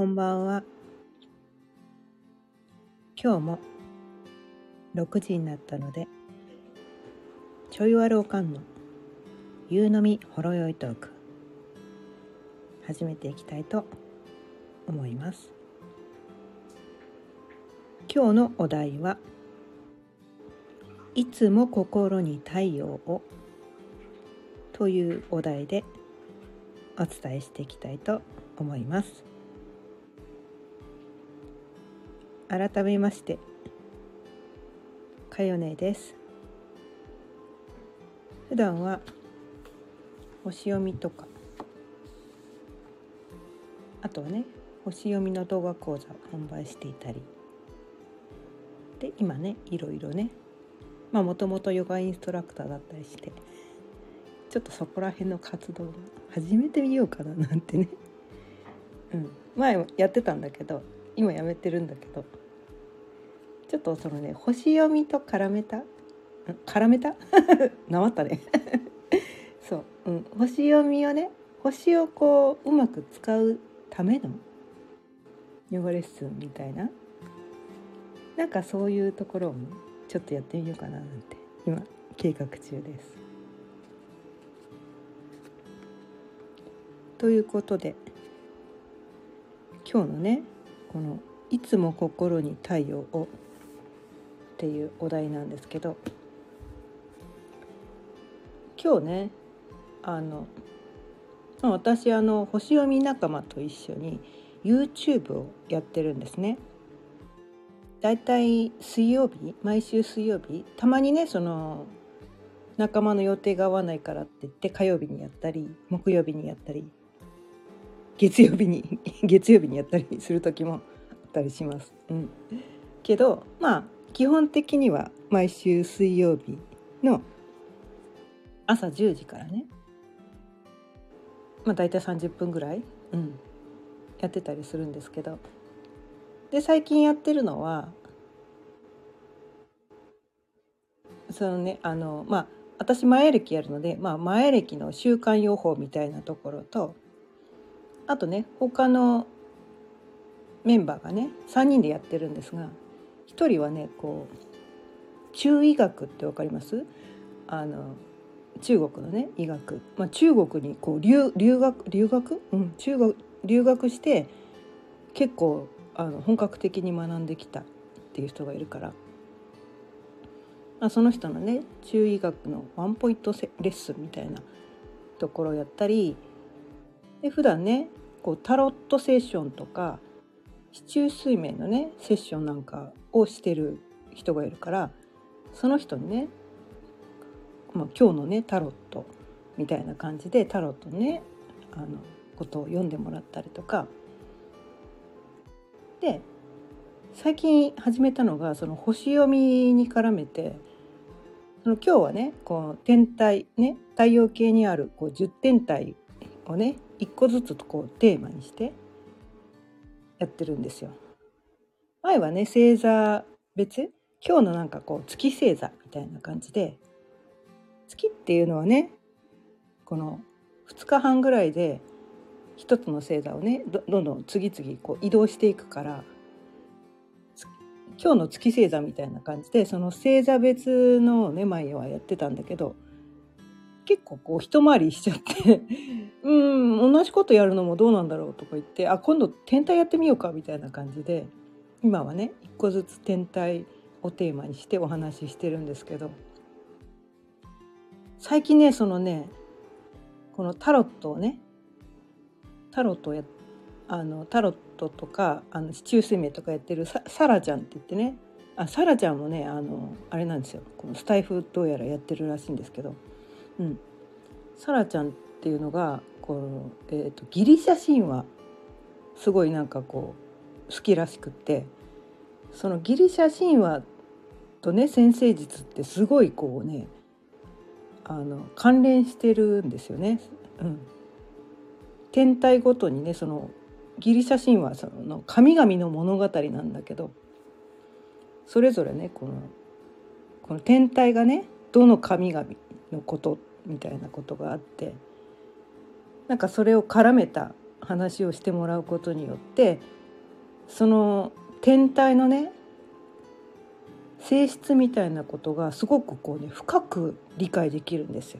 こんばんは。今日も6時になったので、ちょいわるおかんの夕飲みほろ酔いトーク始めていきたいと思います。今日のお題はいつも心に太陽をというお題でお伝えしていきたいと思います。改めましてかよねです。普段は星読みとか、あとはね星読みの動画講座を販売していたりで、今ねいろいろね、もともとヨガインストラクターだったりして、ちょっとそこら辺の活動を始めてみようかななんてね前やってたんだけど、今やめてるんだけど、ちょっとそのね星読みと絡めたなまったねそう、星読みをね、星をこううまく使うためのヨガレッスンみたいな、なんかそういうところをちょっとやってみようかななんて今計画中です。ということで、今日のねこのいつも心に太陽をっていうお題なんですけど、今日ね私星読み仲間と一緒に YouTube をやってるんですね。だいたい毎週水曜日、たまにねその仲間の予定が合わないからって言って火曜日にやったり、木曜日にやったり、月曜日にやったりする時もあったりします。けど基本的には毎週水曜日の朝10時からね、だいたい30分ぐらい、やってたりするんですけど、で最近やってるのはそのね私前歴やるので、前歴の週間予報みたいなところと、あとね他のメンバーがね3人でやってるんですが、1人はねこう中医学ってわかります？中国のね医学、中国にこう留学して結構本格的に学んできたっていう人がいるから、その人のね中医学のワンポイントレッスンみたいなところをやったりで、普段ねこうタロットセッションとか四柱推命のねセッションなんかをしてる人がいるから、その人にね、今日のねタロットみたいな感じでタロットねことを読んでもらったりとかで、最近始めたのがその星読みに絡めて、今日はねこう天体ね、太陽系にあるこう10天体をね1個ずつこうテーマにしてやってるんですよ。前はね星座別、今日のなんかこう月星座みたいな感じで、月っていうのはねこの2日半ぐらいで一つの星座をねどんどん次々こう移動していくから、今日の月星座みたいな感じでその星座別のね前はやってたんだけど、結構こう一回りしちゃって同じことやるのもどうなんだろうとか言って、今度天体やってみようかみたいな感じで、今はね一個ずつ天体をテーマにしてお話ししてるんですけど、最近ねこのタロットとか四柱推命とかやってるサラちゃんって言ってね、サラちゃんもねあれなんですよ、このスタイフどうやらやってるらしいんですけど、サラちゃんっていうのがこの、ギリシャ神話すごいなんかこう好きらしくって、そのギリシャ神話とね占星術ってすごいこうね関連してるんですよね。天体ごとにねそのギリシャ神話その神々の物語なんだけど、それぞれねこの天体がねどの神々のことみたいなことがあって、なんかそれを絡めた話をしてもらうことによってその天体のね性質みたいなことがすごくこうね深く理解できるんですよ。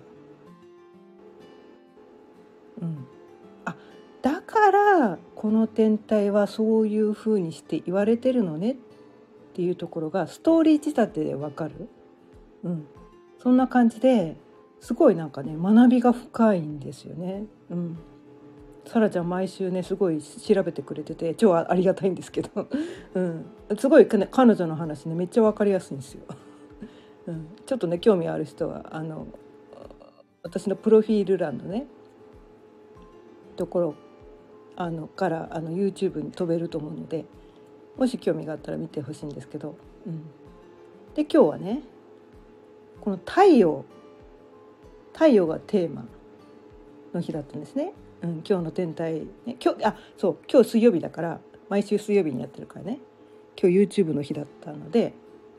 うん、あ、だからこの天体はそういうふうにして言われてるのねっていうところがストーリー仕立てでわかる、うん、そんな感じですごいなんかね学びが深いんですよね。うん、サラちゃん毎週ねすごい調べてくれてて超ありがたいんですけど、うん、すごい、ね、彼女の話ねめっちゃ分かりやすいんですよ。うん、ちょっとね興味ある人は私のプロフィール欄のねところからYouTube に飛べると思うのでもし興味があったら見てほしいんですけど、うん、で今日はねこの太陽がテーマの日だったんですね。うん、今日の天体、ね、今日水曜日だから毎週水曜日にやってるからね今日 YouTube の日だったので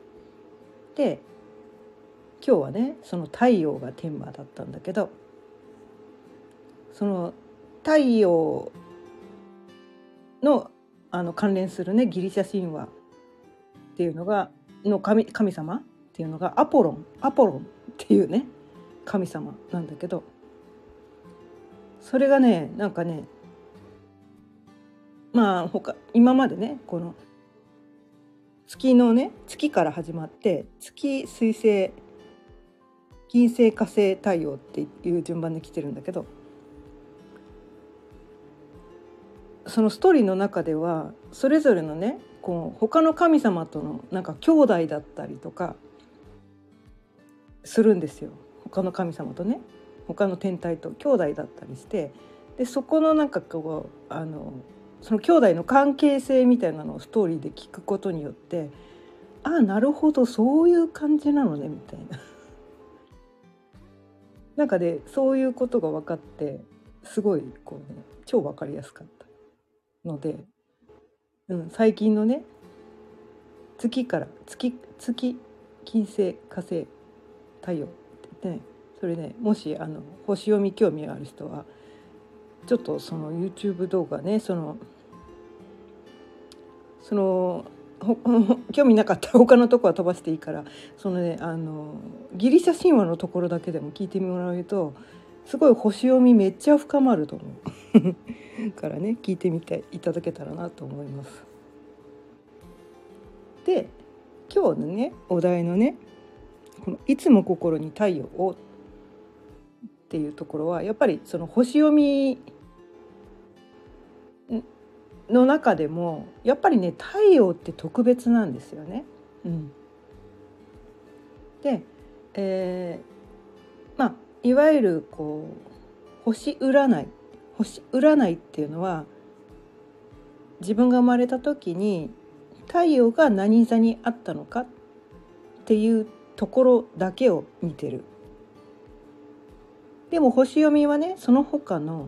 今日はねその太陽がテーマだったんだけどその太陽の関連するねギリシャ神話っていうのがの神様っていうのがアポロンっていうね神様なんだけどそれがねなんかねまあ今までねこの月から始まって月水星金星火星太陽っていう順番で来てるんだけどそのストーリーの中ではそれぞれのねこう他の神様とのなんか兄弟だったりとかするんですよ。他の神様とね他の天体と兄弟だったりしてでそこのなんかこうその兄弟の関係性みたいなのをストーリーで聞くことによってなるほどそういう感じなのねみたいななんかでそういうことが分かってすごいこうね超分かりやすかったので、うん、最近のね月金星火星太陽ってねそれねもし星読み興味がある人はちょっとその YouTube 動画ねその興味なかったら他のとこは飛ばしていいからそのねギリシャ神話のところだけでも聞いてもらうとすごい星読みめっちゃ深まると思うからね聞いてみていただけたらなと思います。で今日のねお題のねこのいつも心に太陽をっていうところはやっぱりその星読みの中でもやっぱりね太陽って特別なんですよね。うん、で、いわゆるこう星占いっていうのは自分が生まれた時に太陽が何座にあったのかっていうところだけを見てる。でも星読みはねその他の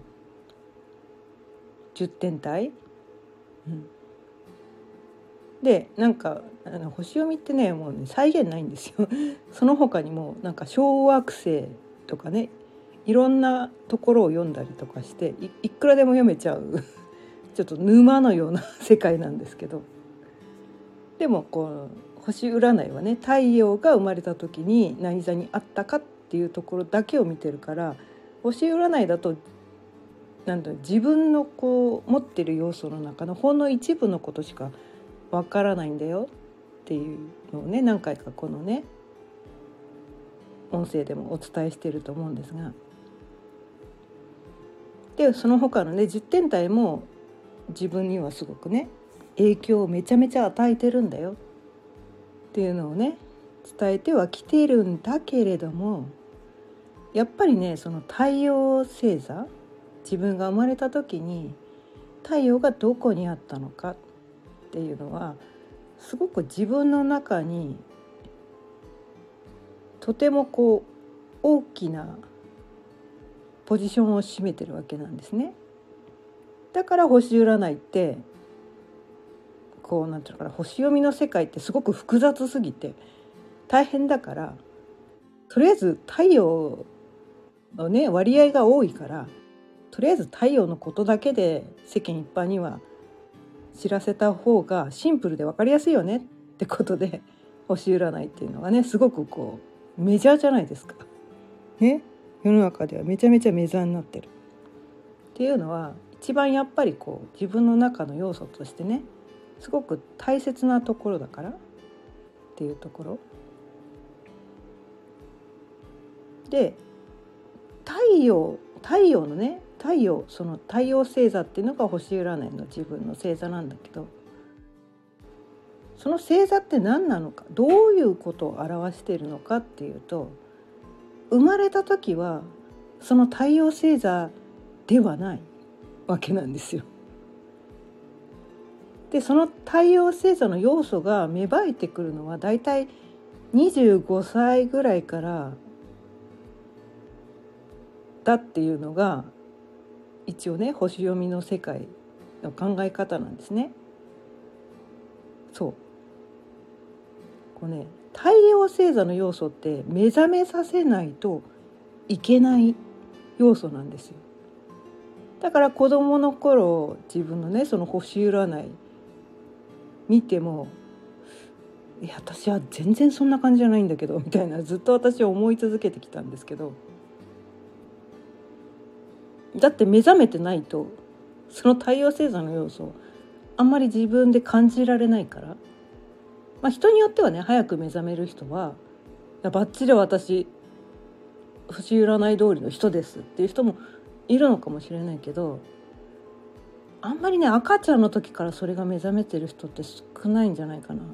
10天体、うん、でなんか星読みってねもうね再現ないんですよその他にもなんか小惑星とかねいろんなところを読んだりとかしていくらでも読めちゃうちょっと沼のような世界なんですけどでもこう星占いはね太陽が生まれた時に何座にあったかっていうところだけを見てるから星占いだと自分のこう持ってる要素の中のほんの一部のことしかわからないんだよっていうのをね何回かこのね音声でもお伝えしていると思うんですがでその他のね10天体も自分にはすごくね影響をめちゃめちゃ与えてるんだよっていうのをね伝えてはきてるんだけれどもやっぱりねその太陽星座自分が生まれた時に太陽がどこにあったのかっていうのはすごく自分の中にとてもこう大きなポジションを占めてるわけなんですね。だから星占いってこうなんていうのかな星読みの世界ってすごく複雑すぎて大変だからとりあえず太陽のね割合が多いからとりあえず太陽のことだけで世間一般には知らせた方がシンプルで分かりやすいよねってことで、星占いっていうのがねすごくこうメジャーじゃないですかね。世の中ではめちゃめちゃメジャーになってるっていうのは、一番やっぱりこう自分の中の要素としてねすごく大切なところだからっていうところで、太陽のねその太陽星座っていうのが星占いの自分の星座なんだけど、その星座って何なのか、どういうことを表しているのかっていうと、生まれた時はその太陽星座ではないわけなんですよ。でその太陽星座の要素が芽生えてくるのはだいたい25歳ぐらいからだっていうのが一応ね星読みの世界の考え方なんですね。そうこうね、太陽星座の要素って目覚めさせないといけない要素なんですよ。だから子供の頃自分のねその星占い見ても、いや私は全然そんな感じじゃないんだけどみたいな、ずっと私は思い続けてきたんですけど、だって目覚めてないとその太陽星座の要素あんまり自分で感じられないから、人によってはね早く目覚める人はバッチリ私星占い通りの人ですっていう人もいるのかもしれないけど、あんまりね赤ちゃんの時からそれが目覚めてる人って少ないんじゃないかな。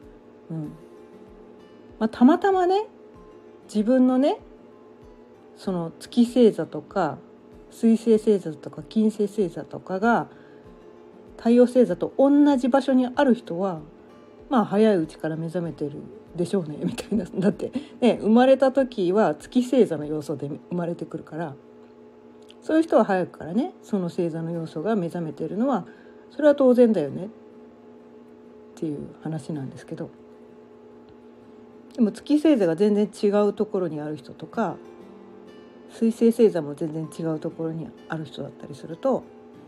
たまたまね自分のねその月星座とか水星星座とか金星星座とかが太陽星座と同じ場所にある人は早いうちから目覚めてるでしょうねみたいな。だってね生まれた時は月星座の要素で生まれてくるから、そういう人は早くからねその星座の要素が目覚めてるのはそれは当然だよねっていう話なんですけど、でも月星座が全然違うところにある人とか水星星座も全然違うところにある人だったりすると、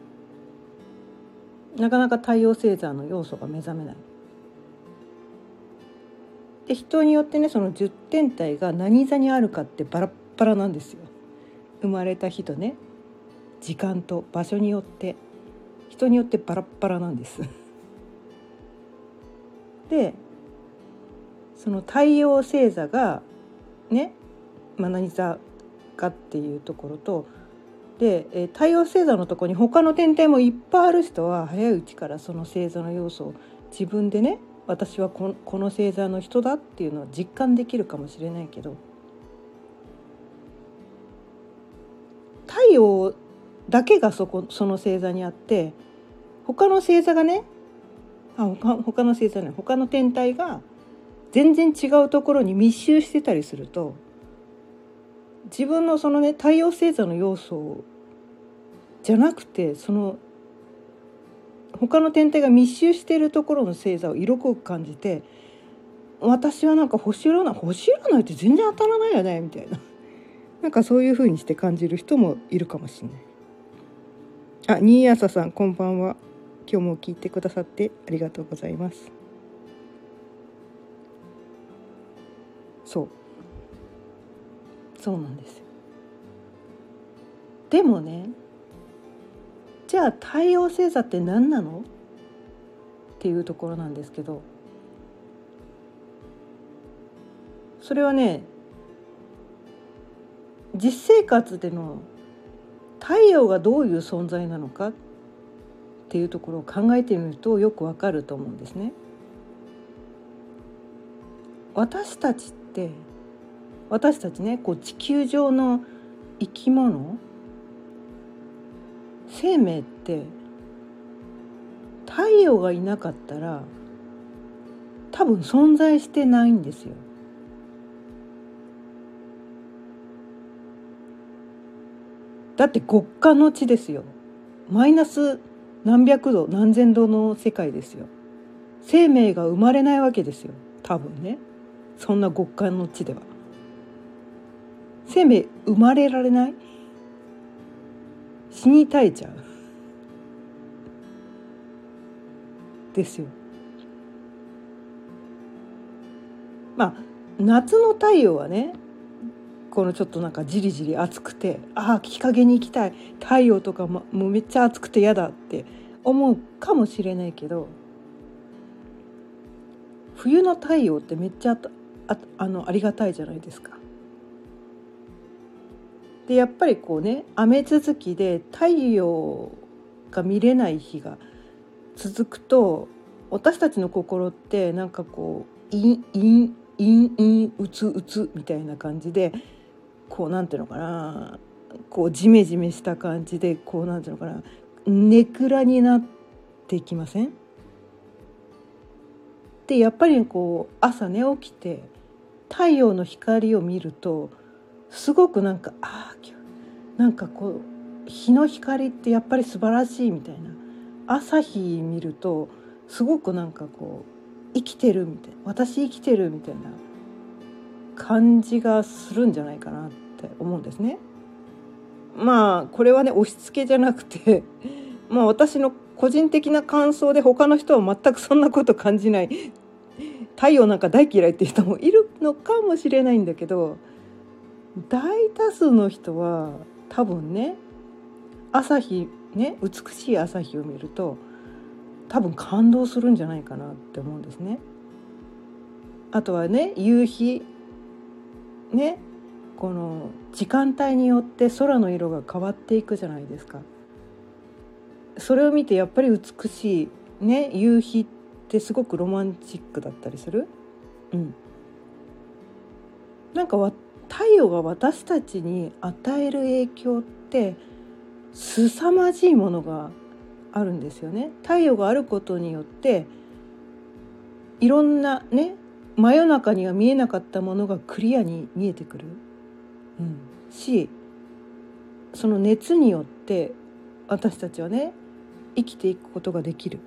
なかなか太陽星座の要素が目覚めない。で人によってねその10天体が何座にあるかってバラッバラなんですよ。生まれた日とね時間と場所によって人によってバラッバラなんですでその太陽星座がね、何座かっていうところとで、太陽星座のところに他の天体もいっぱいある人は早いうちからその星座の要素を自分でね、私はこの星座の人だっていうのは実感できるかもしれないけど、太陽だけがその星座にあって他の星座がね他の星座ね他の天体が全然違うところに密集してたりすると、自分のそのね太陽星座の要素じゃなくてその他の天体が密集しているところの星座を色濃く感じて、私はなんか星占いって全然当たらないよねみたいな、なんかそういう風にして感じる人もいるかもしれない。新朝さんこんばんは。今日も聞いてくださってありがとうございます。そうなんですよ。でもね、じゃあ太陽星座って何なのっていうところなんですけど、それはね実生活での太陽がどういう存在なのかっていうところを考えてみるとよくわかると思うんですね。私たちねこう地球上の生き物生命って太陽がいなかったら多分存在してないんですよ。だって極寒の地ですよ。マイナス何百度何千度の世界ですよ。生命が生まれないわけですよ多分ね。そんな極寒の地では生命生まれられない死に絶えちゃうですよ。まあ夏の太陽はね、このちょっとなんかじりじり暑くて、ああ日陰に行きたい、太陽とかもうめっちゃ暑くて嫌だって思うかもしれないけど、冬の太陽ってめっちゃありがたいじゃないですか。でやっぱりこうね、雨続きで太陽が見れない日が続くと、私たちの心ってなんかこううつうつみたいな感じで、こうなんていうのかな、こうジメジメした感じで、こうなんていうのかな、ネクラになっていきません？でやっぱりこう朝寝起きて太陽の光を見ると、すごくなんかなんかこう日の光ってやっぱり素晴らしいみたいな、朝日見るとすごくなんかこう生きてるみたいな、私生きてるみたいな感じがするんじゃないかなって思うんですね。まあこれはね押し付けじゃなくてまあ私の個人的な感想で、他の人は全くそんなこと感じない、太陽なんか大嫌いっていう人もいるのかもしれないんだけど、大多数の人は多分ね、朝日ね、美しい朝日を見ると多分感動するんじゃないかなって思うんですね。あとはね、夕日ね、この時間帯によって空の色が変わっていくじゃないですか。それを見てやっぱり美しいね、夕日ってすごくロマンチックだったりする。なんか太陽が私たちに与える影響って凄まじいものがあるんですよね。太陽があることによっていろんなね、真夜中には見えなかったものがクリアに見えてくる、し、その熱によって私たちはね生きていくことができる。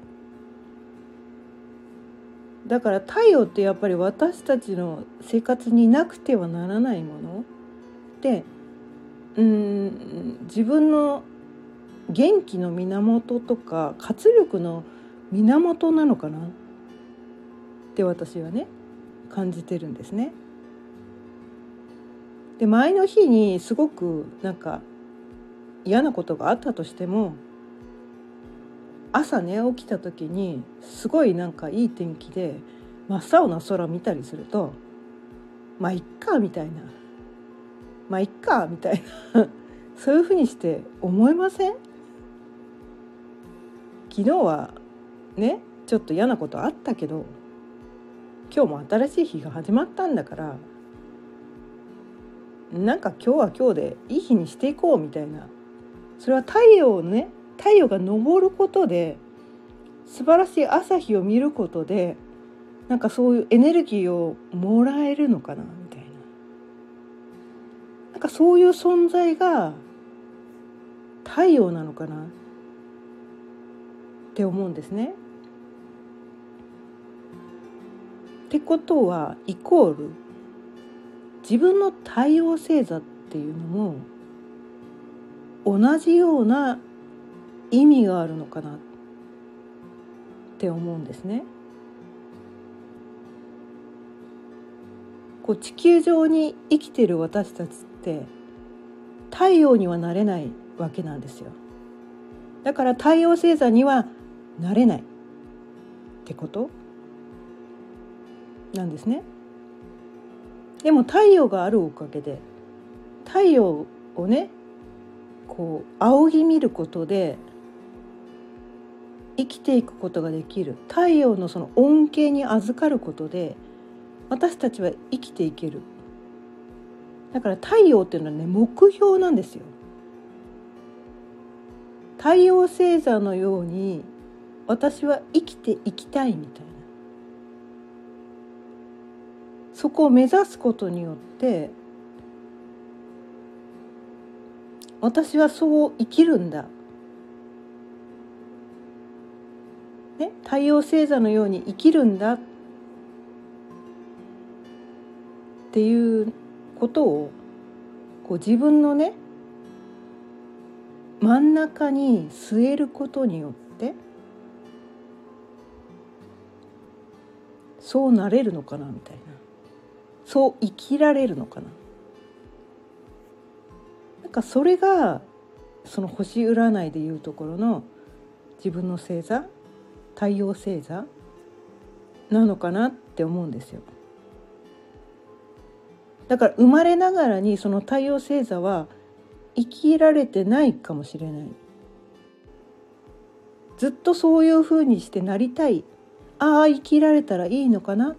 だから太陽ってやっぱり私たちの生活になくてはならないもので、自分の元気の源とか活力の源なのかなって私はね感じてるんですね。で前の日にすごくなんか嫌なことがあったとしても、朝ね起きた時にすごいなんかいい天気で真っ青な空見たりすると、まあいっかみたいな、まあいっかみたいなそういうふうにして思いません？昨日はねちょっと嫌なことあったけど、今日も新しい日が始まったんだから、なんか今日は今日でいい日にしていこうみたいな、それは太陽が昇ることで、素晴らしい朝日を見ることで、なんかそういうエネルギーをもらえるのかなみたいな、なんかそういう存在が太陽なのかなって思うんですね。ってことはイコール自分の太陽星座っていうのも同じような意味があるのかなって思うんですね。こう地球上に生きている私たちって太陽にはなれないわけなんですよ。だから太陽星座にはなれないってことなんですね。でも太陽があるおかげで、太陽をねこう仰ぎ見ることで生きていくことができる、太陽のその恩恵に預かることで私たちは生きていける。だから太陽っていうのはね目標なんですよ。太陽星座のように私は生きていきたいみたいな、そこを目指すことによって私はそう生きるんだ、ね、太陽星座のように生きるんだっていうことをこう自分のね真ん中に据えることによってそうなれるのかなみたいな、そう生きられるのかな。なんかそれがその星占いでいうところの自分の星座、太陽星座なのかなって思うんですよ。だから生まれながらにその太陽星座は生きられてないかもしれない。ずっとそういうふうにしてなりたい、ああ生きられたらいいのかなって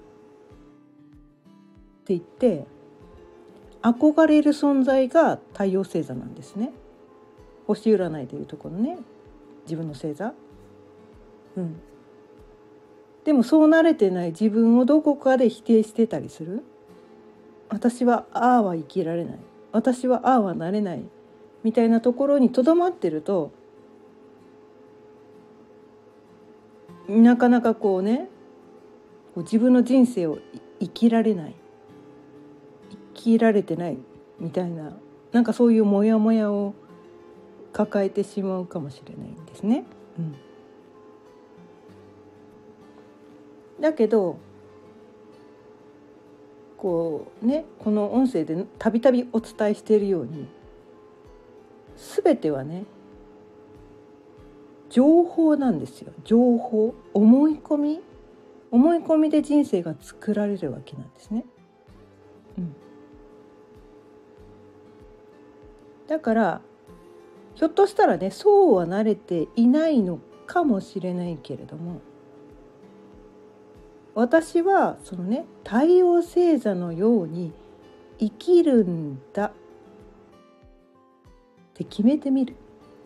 言って憧れる存在が太陽星座なんですね。星占いでいうところね、自分の星座。でもそうなれてない自分をどこかで否定してたりする。私はああは生きられない、私はああはなれないみたいなところにとどまってると、なかなかこうね、自分の人生を生きられない、生きられてないみたいな、なんかそういうモヤモヤを抱えてしまうかもしれないんですね。だけどこうね、この音声でたびたびお伝えしているように、全てはね情報なんですよ。情報、思い込みで人生が作られるわけなんですね。だからひょっとしたらね、そうはなれていないのかもしれないけれども、私はそのね、太陽星座のように生きるんだって決めてみる。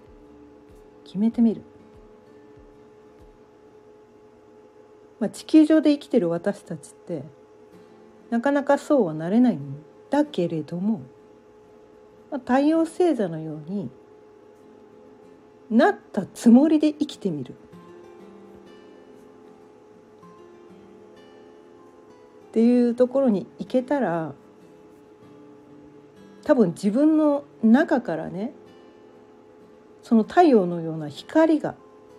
地球上で生きてる私たちってなかなかそうはなれないんだけれども、太陽星座のようになったつもりで生きてみるっていうところに行けたら、多分自分の中からね、その太陽のような光が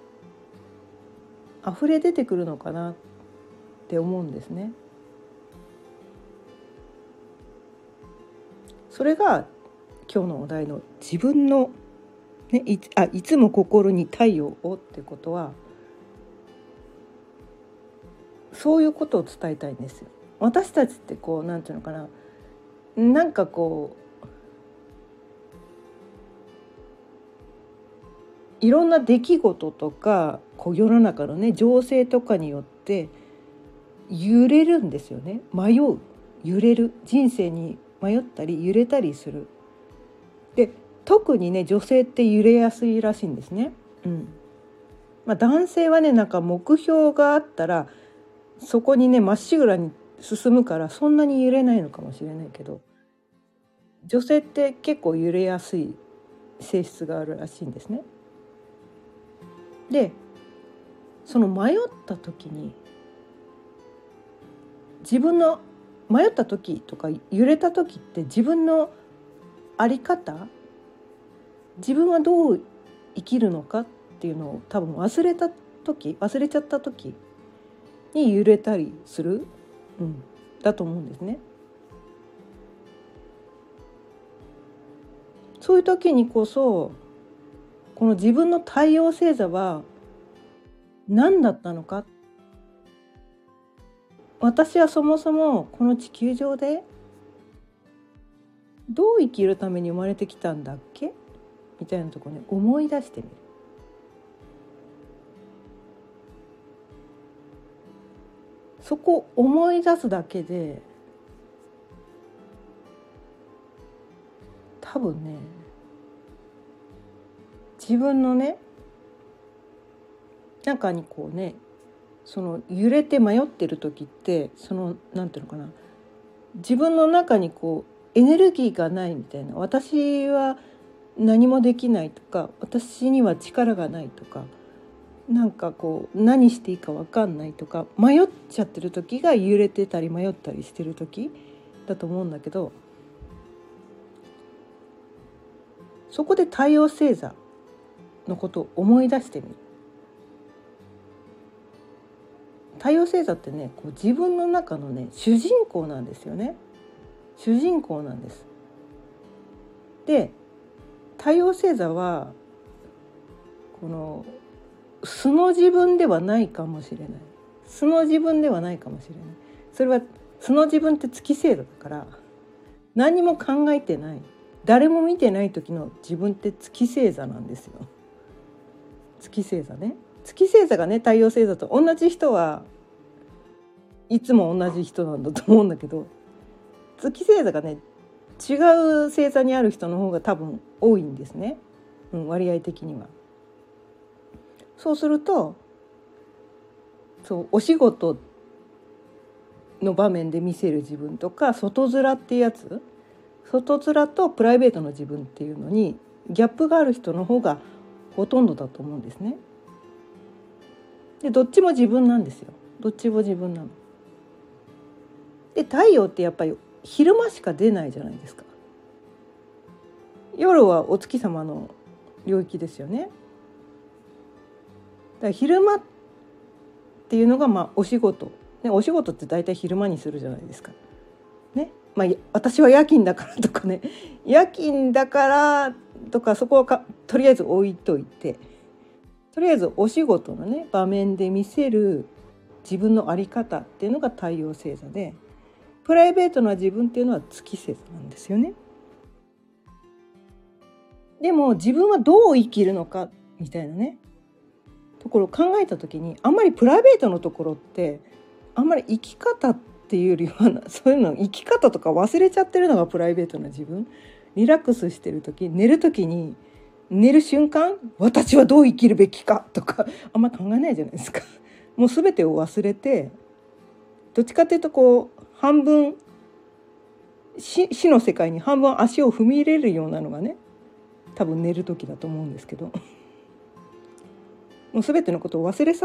溢れ出てくるのかなって思うんですね。それが今日のお題の自分の、ね、いつも心に太陽をってことは、そういうことを伝えたいんですよ。私たちってこう、なんていうのかな、なんかこういろんな出来事とかこう世の中のね情勢とかによって揺れるんですよね。揺れる、人生に迷ったり揺れたりする。で特にね女性って揺れやすいらしいんですね。男性はね、なんか目標があったらそこにねまっしぐらに進むからそんなに揺れないのかもしれないけど、女性って結構揺れやすい性質があるらしいんですね。でその迷った時に、自分の迷った時とか揺れた時って自分の在り方、自分はどう生きるのかっていうのを多分忘れちゃった時に揺れたりする、だと思うんですね。そういう時にこそこの自分の太陽星座は何だったのか、私はそもそもこの地球上でどう生きるために生まれてきたんだっけみたいなところね、思い出してみる。そこ思い出すだけで多分ね、自分のね中にこうね、その揺れて迷ってる時って、そのなんていうのかな、自分の中にこうエネルギーがないみたいな、私は何もできないとか、私には力がないとか、なんかこう何していいか分かんないとか迷っちゃってる時が揺れてたり迷ったりしてる時だと思うんだけど、そこで太陽星座のことを思い出してみる。太陽星座ってね、こう自分の中のね主人公なんですよね。主人公なんです。で、太陽星座はこの素の自分ではないかもしれない。素の自分ではないかもしれない。それは素の自分って月星座だから何も考えてない、誰も見てない時の自分って月星座なんですよ。月星座ね。月星座がね太陽星座と同じ人はいつも同じ人なんだと思うんだけど、月星座がね違う星座にある人の方が多分多いんですね、割合的には。そうするとお仕事の場面で見せる自分とか外面っていうやつ、外面とプライベートの自分っていうのにギャップがある人の方がほとんどだと思うんですね。でどっちも自分なんですよ。どっちも自分なの。で太陽ってやっぱり昼間しか出ないじゃないですか。夜はお月様の領域ですよね。だから昼間っていうのがお仕事、ね、お仕事って大体昼間にするじゃないですか。ね、私は夜勤だからとかね、夜勤だからとかそこはとりあえず置いといて、とりあえずお仕事のね場面で見せる自分の在り方っていうのが太陽星座で、プライベートな自分っていうのは月星座なんですよね。でも自分はどう生きるのかみたいなねところを考えた時に、あんまりプライベートのところってあんまり生き方っていうよりはそういうの生き方とか忘れちゃってるのがプライベートな自分。リラックスしてる時、寝る時に寝る瞬間、私はどう生きるべきかとかあんまり考えないじゃないですか。もう全てを忘れて、どっちかっていうとこう半分死の世界に半分足を踏み入れるようなのがね多分寝る時だと思うんですけど、もう全てのことを忘れ去って、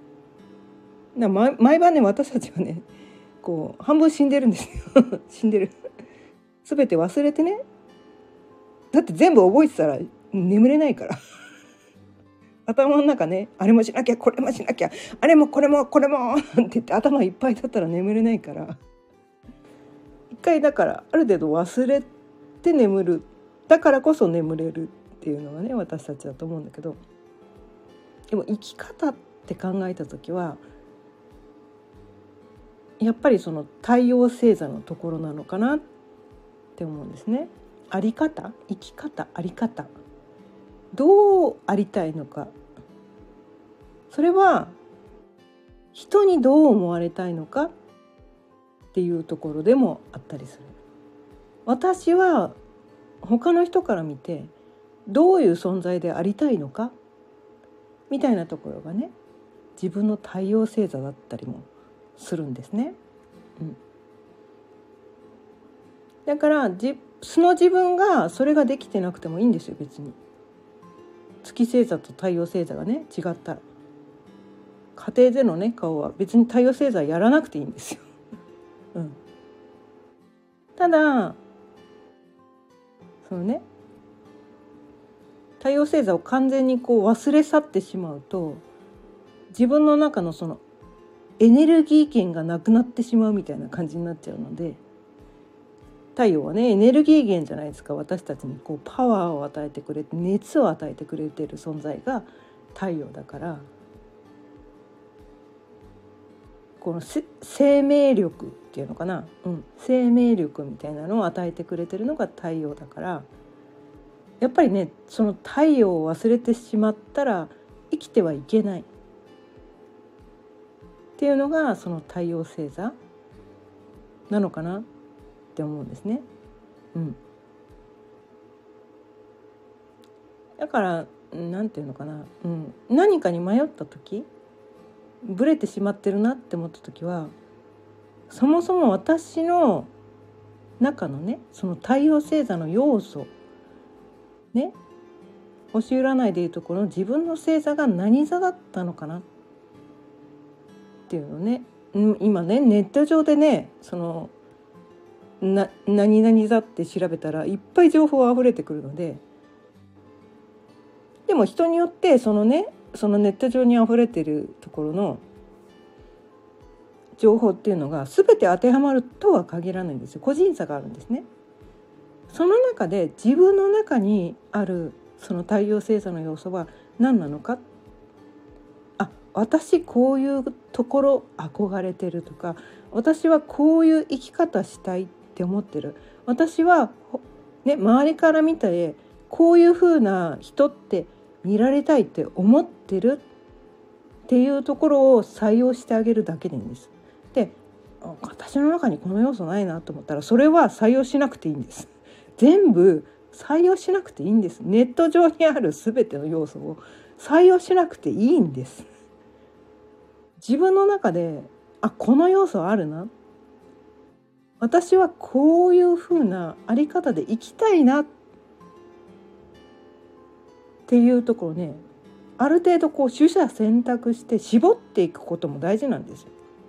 毎晩ね私たちはねこう半分死んでるんですよ死んでる。全て忘れてね、だって全部覚えてたら眠れないから頭の中ね、あれもしなきゃこれもしなきゃあれもこれもこれもって言って頭いっぱいだったら眠れないから、一回だからある程度忘れて眠る、だからこそ眠れるっていうのがね私たちだと思うんだけど、でも生き方って考えた時はやっぱりその太陽星座のところなのかなって思うんですね。あり方、生き方、あり方、どうありたいのか、それは人にどう思われたいのかっていうところでもあったりする。私は他の人から見てどういう存在でありたいのかみたいなところがね自分の太陽星座だったりもするんですね、だからその自分がそれができてなくてもいいんですよ。別に月星座と太陽星座がね違ったら家庭でのね顔は別に太陽星座やらなくていいんですよ、ただそのね太陽星座を完全にこう忘れ去ってしまうと自分の中のそのエネルギー源がなくなってしまうみたいな感じになっちゃうので、太陽はねエネルギー源じゃないですか。私たちにこうパワーを与えてくれて熱を与えてくれている存在が太陽だから、この生命力っていうのかな、生命力みたいなのを与えてくれてるのが太陽だから、やっぱりねその太陽を忘れてしまったら生きてはいけないっていうのがその太陽星座なのかなって思うんですね。だからなんていうのかな、何かに迷った時、ブレてしまってるなって思った時は、そもそも私の中のねその太陽星座の要素ね、星占いでいうところの自分の星座が何座だったのかなっていうのね、今ねネット上でねその何々座って調べたらいっぱい情報あふれてくるのででも人によってそのネット上にあふれてるところの情報っていうのが全て当てはまるとは限らないんですよ。個人差があるんですね。その中で自分の中にあるその太陽星座の要素は何なのか。私こういうところ憧れてるとか、私はこういう生き方したいって思ってる、私は周りから見てこういう風な人って見られたいって思ってるっていうところを採用してあげるだけでいいんです。で、私の中にこの要素ないなと思ったらそれは採用しなくていいんです。全部採用しなくていいんです。ネット上にある全ての要素を採用しなくていいんです。自分の中でこの要素あるな、私はこういう風なあり方で生きたいなっていうところね、ある程度取捨選択して絞っていくことも大事なんですよ。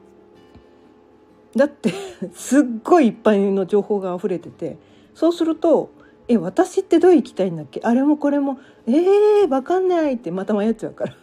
だってすっごいいっぱいの情報が溢れてて、そうすると私ってどう生きたいんだっけ、あれもこれも分かんないってまた迷っちゃうから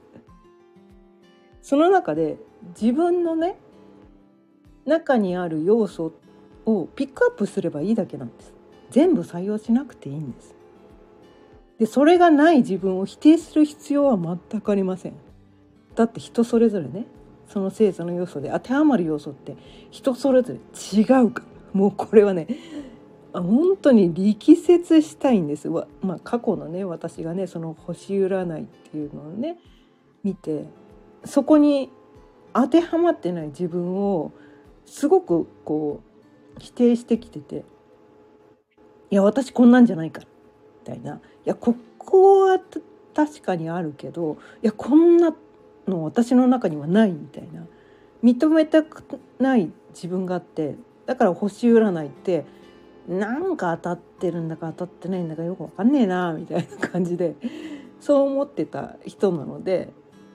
その中で自分の中にある要素をピックアップすればいいだけなんです。全部採用しなくていいんです。で、それがない自分を否定する必要は全くありません。だって人それぞれその星座の要素で当てはまる要素って人それぞれ違うから、もうこれは本当に力説したいんです。過去の私がその星占いっていうのを見て、そこに当てはまってない自分をすごく否定してきてて、私こんなんじゃないからみたいな、ここは確かにあるけどこんなの私の中にはないみたいな、認めたくない自分があって、だから星占いってなんか当たってるんだか当たってないんだかよく分かんねえなみたいな感じでそう思ってた人なので、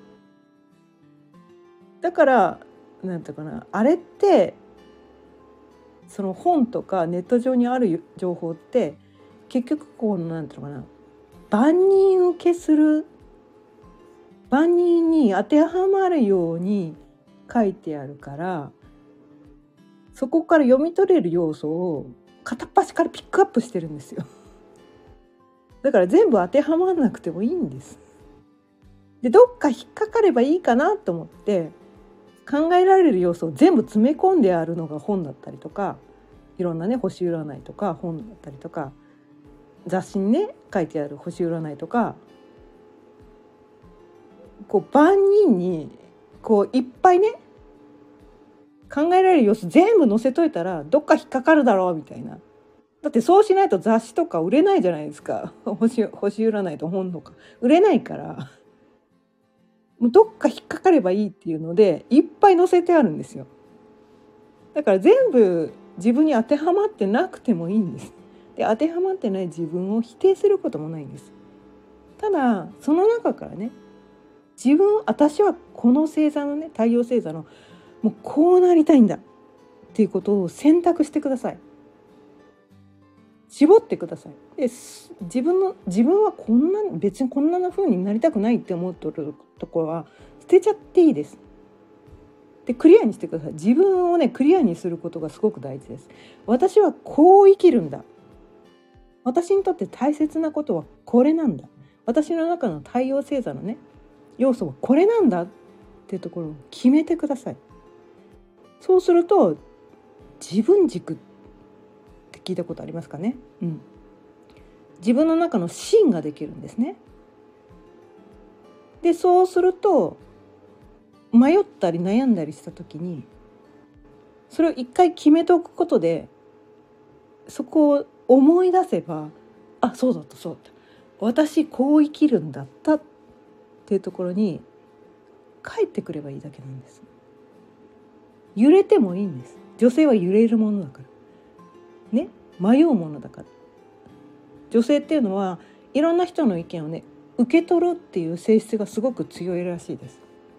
だからなんていうかな、あれってその本とかネット上にある情報って結局なんていうのかな、万人受けする、万人に当てはまるように書いてあるから、そこから読み取れる要素を片っ端からピックアップしてるんですよ。だから全部当てはまらなくてもいいんです。で、どっか引っかかればいいかなと思って考えられる要素を全部詰め込んであるのが本だったりとか、いろんな星占いとか本だったりとか、雑誌に書いてある星占いとか、万人にいっぱい考えられる要素全部載せといたらどっか引っかかるだろうみたいな。だってそうしないと雑誌とか売れないじゃないですか。星占いと本とか売れないから、もうどっか引っかかればいいっていうのでいっぱい載せてあるんですよ。だから全部自分に当てはまってなくてもいいんです。で、当てはまってない自分を否定することもないんです。ただその中から私はこの星座の太陽星座のもうこうなりたいんだっていうことを選択してください。絞ってください。で、自分は別にこんな風になりたくないって思ってるところは捨てちゃっていいです。で、クリアにしてください。自分をクリアにすることがすごく大事です。私はこう生きるんだ。私にとって大切なことはこれなんだ。私の中の太陽星座の要素はこれなんだっていうところを決めてください。そうすると自分軸って聞いたことありますかね。自分の中の芯ができるんですね。で、そうすると迷ったり悩んだりした時にそれを一回決めておくことで、そこを思い出せば、そうだったそうだった、私こう生きるんだったっていうところに帰ってくればいいだけなんです。揺れてもいいんです。女性は揺れるものだから迷うものだから。女性っていうのはいろんな人の意見を受け取るっていう性質がすごく強いらしいです。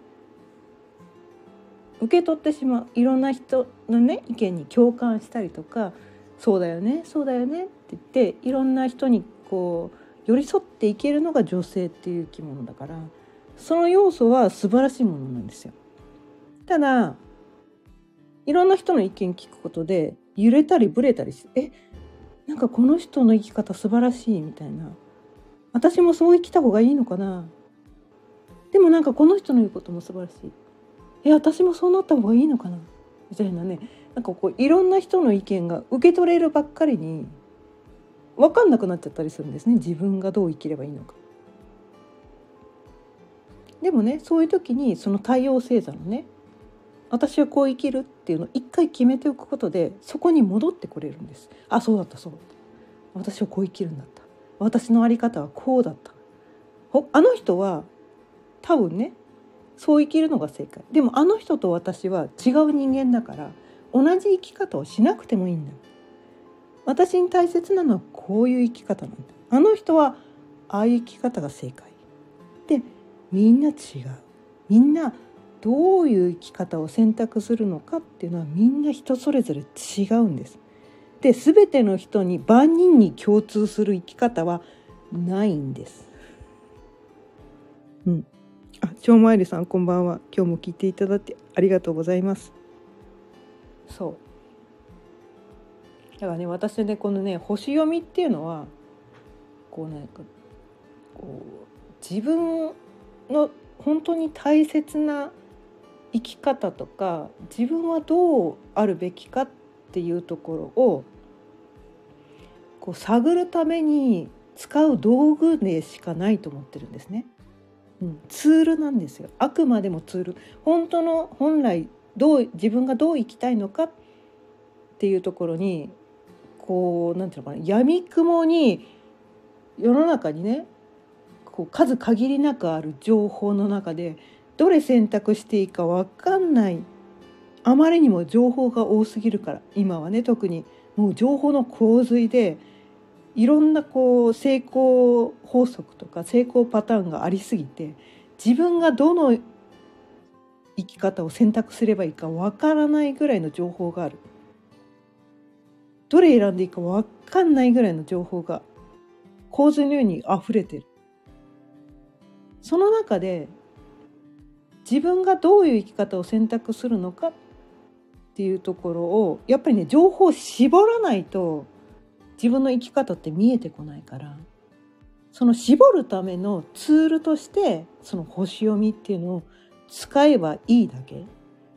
受け取ってしまう、いろんな人の意見に共感したりとか、そうだよねそうだよねって言っていろんな人に寄り添っていけるのが女性っていう生き物だから、その要素は素晴らしいものなんですよ。ただいろんな人の意見聞くことで揺れたりブレたりして、なんかこの人の生き方素晴らしいみたいな、私もそう生きた方がいいのかな、でもなんかこの人の言うことも素晴らしい、私もそうなった方がいいのかなみたいなね、なんかこういろんな人の意見が受け取れるばっかりに分かんなくなっちゃったりするんですね、自分がどう生きればいいのか。でもね、そういう時にその太陽星座のね、私はこう生きるっていうのを一回決めておくことで、そこに戻ってこれるんです。そうだったそうだった、私はこう生きるんだった、私の在り方はこうだった、あの人は多分ねそう生きるのが正解、でもあの人と私は違う人間だから同じ生き方をしなくてもいいんだ、私に大切なのはこういう生き方なんだ、あの人はああいう生き方が正解で、みんな違う、みんなどういう生き方を選択するのかっていうのはみんな人それぞれ違うんです。で、全ての人に万人に共通する生き方はないんです。超マイルさんこんばんは。今日も聞いていただいてありがとうございます。そうだからね、私ねこのね星読みっていうのはこう自分の本当に大切な生き方とか、自分はどうあるべきかっていうところをこう探るために使う道具でしかないと思ってるんですね。ツールなんですよ。あくまでもツール。本来自分がどう生きたいのかっていうところになんていうのかな、闇雲に世の中にね数限りなくある情報の中でどれ選択していいか分かんない、あまりにも情報が多すぎるから、今はね特にもう情報の洪水でいろんな成功法則とか成功パターンがありすぎて、自分がどの生き方を選択すればいいか分からないぐらいの情報がある、どれ選んでいいか分かんないぐらいの情報が洪水のように溢れてる。その中で自分がどういう生き方を選択するのかっていうところをやっぱりね情報を絞らないと自分の生き方って見えてこないから、その絞るためのツールとしてその星読みっていうのを使えばいいだけ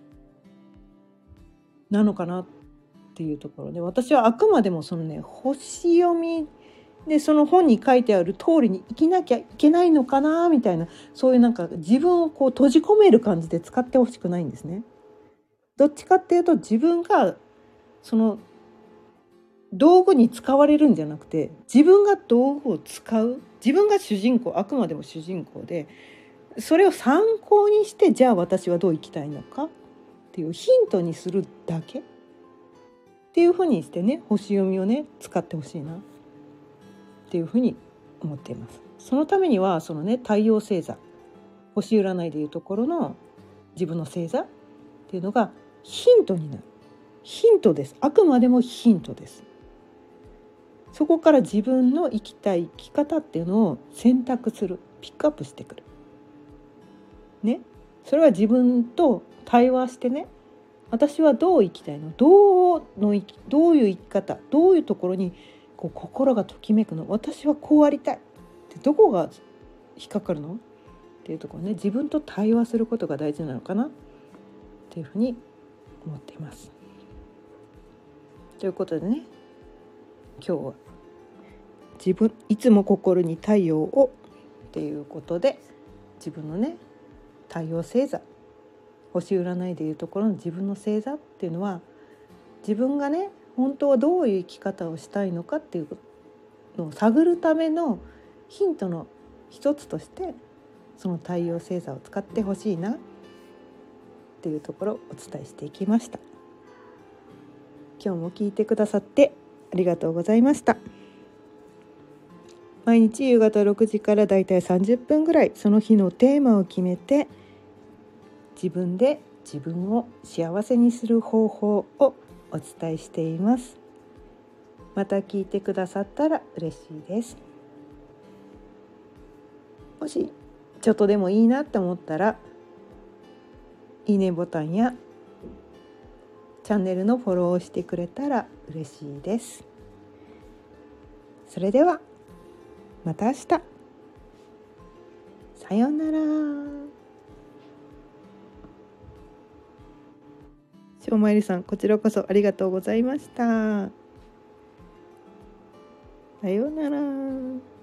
なのかなっていうところで、私はあくまでもそのね星読みでその本に書いてある通りに生きなきゃいけないのかなみたいな、そういうなんか自分を閉じ込める感じで使ってほしくないんですね。どっちかっていうと自分がその道具に使われるんじゃなくて、自分が道具を使う、自分が主人公、あくまでも主人公で、それを参考にしてじゃあ私はどう生きたいのかっていうヒントにするだけっていうふうにしてね、星読みをね使ってほしいなっていうふうに思っています。そのためにはそのね太陽星座、星占いでいうところの自分の星座っていうのがヒントになる。ヒントです。あくまでもヒントです。そこから自分の生きたい生き方っていうのを選択する、ピックアップしてくるね。それは自分と対話してね、私はどう生きたいの、どういう生き方、どういうところに心がときめくの、私はこうありたいってどこが引っかかるのっていうところね、自分と対話することが大事なのかなっていうふうに思っています。ということでね、今日はいつも心に太陽をっていうことで、自分のね太陽星座、星占いでいうところの自分の星座っていうのは、自分がね本当はどういう生き方をしたいのかっていうのを探るためのヒントの一つとしてその太陽星座を使ってほしいなっていうところをお伝えしていきました。今日も聞いてくださってありがとうございました。毎日夕方6時からだいたい30分ぐらい、その日のテーマを決めて自分で自分を幸せにする方法をお伝えしています。また聞いてくださったら嬉しいです。 もしちょっとでもいいなって思ったらいいねボタンやチャンネルのフォローをしてくれたら嬉しいです。それではまた明日。さようなら。しょうまいりさん、こちらこそありがとうございました。さようなら。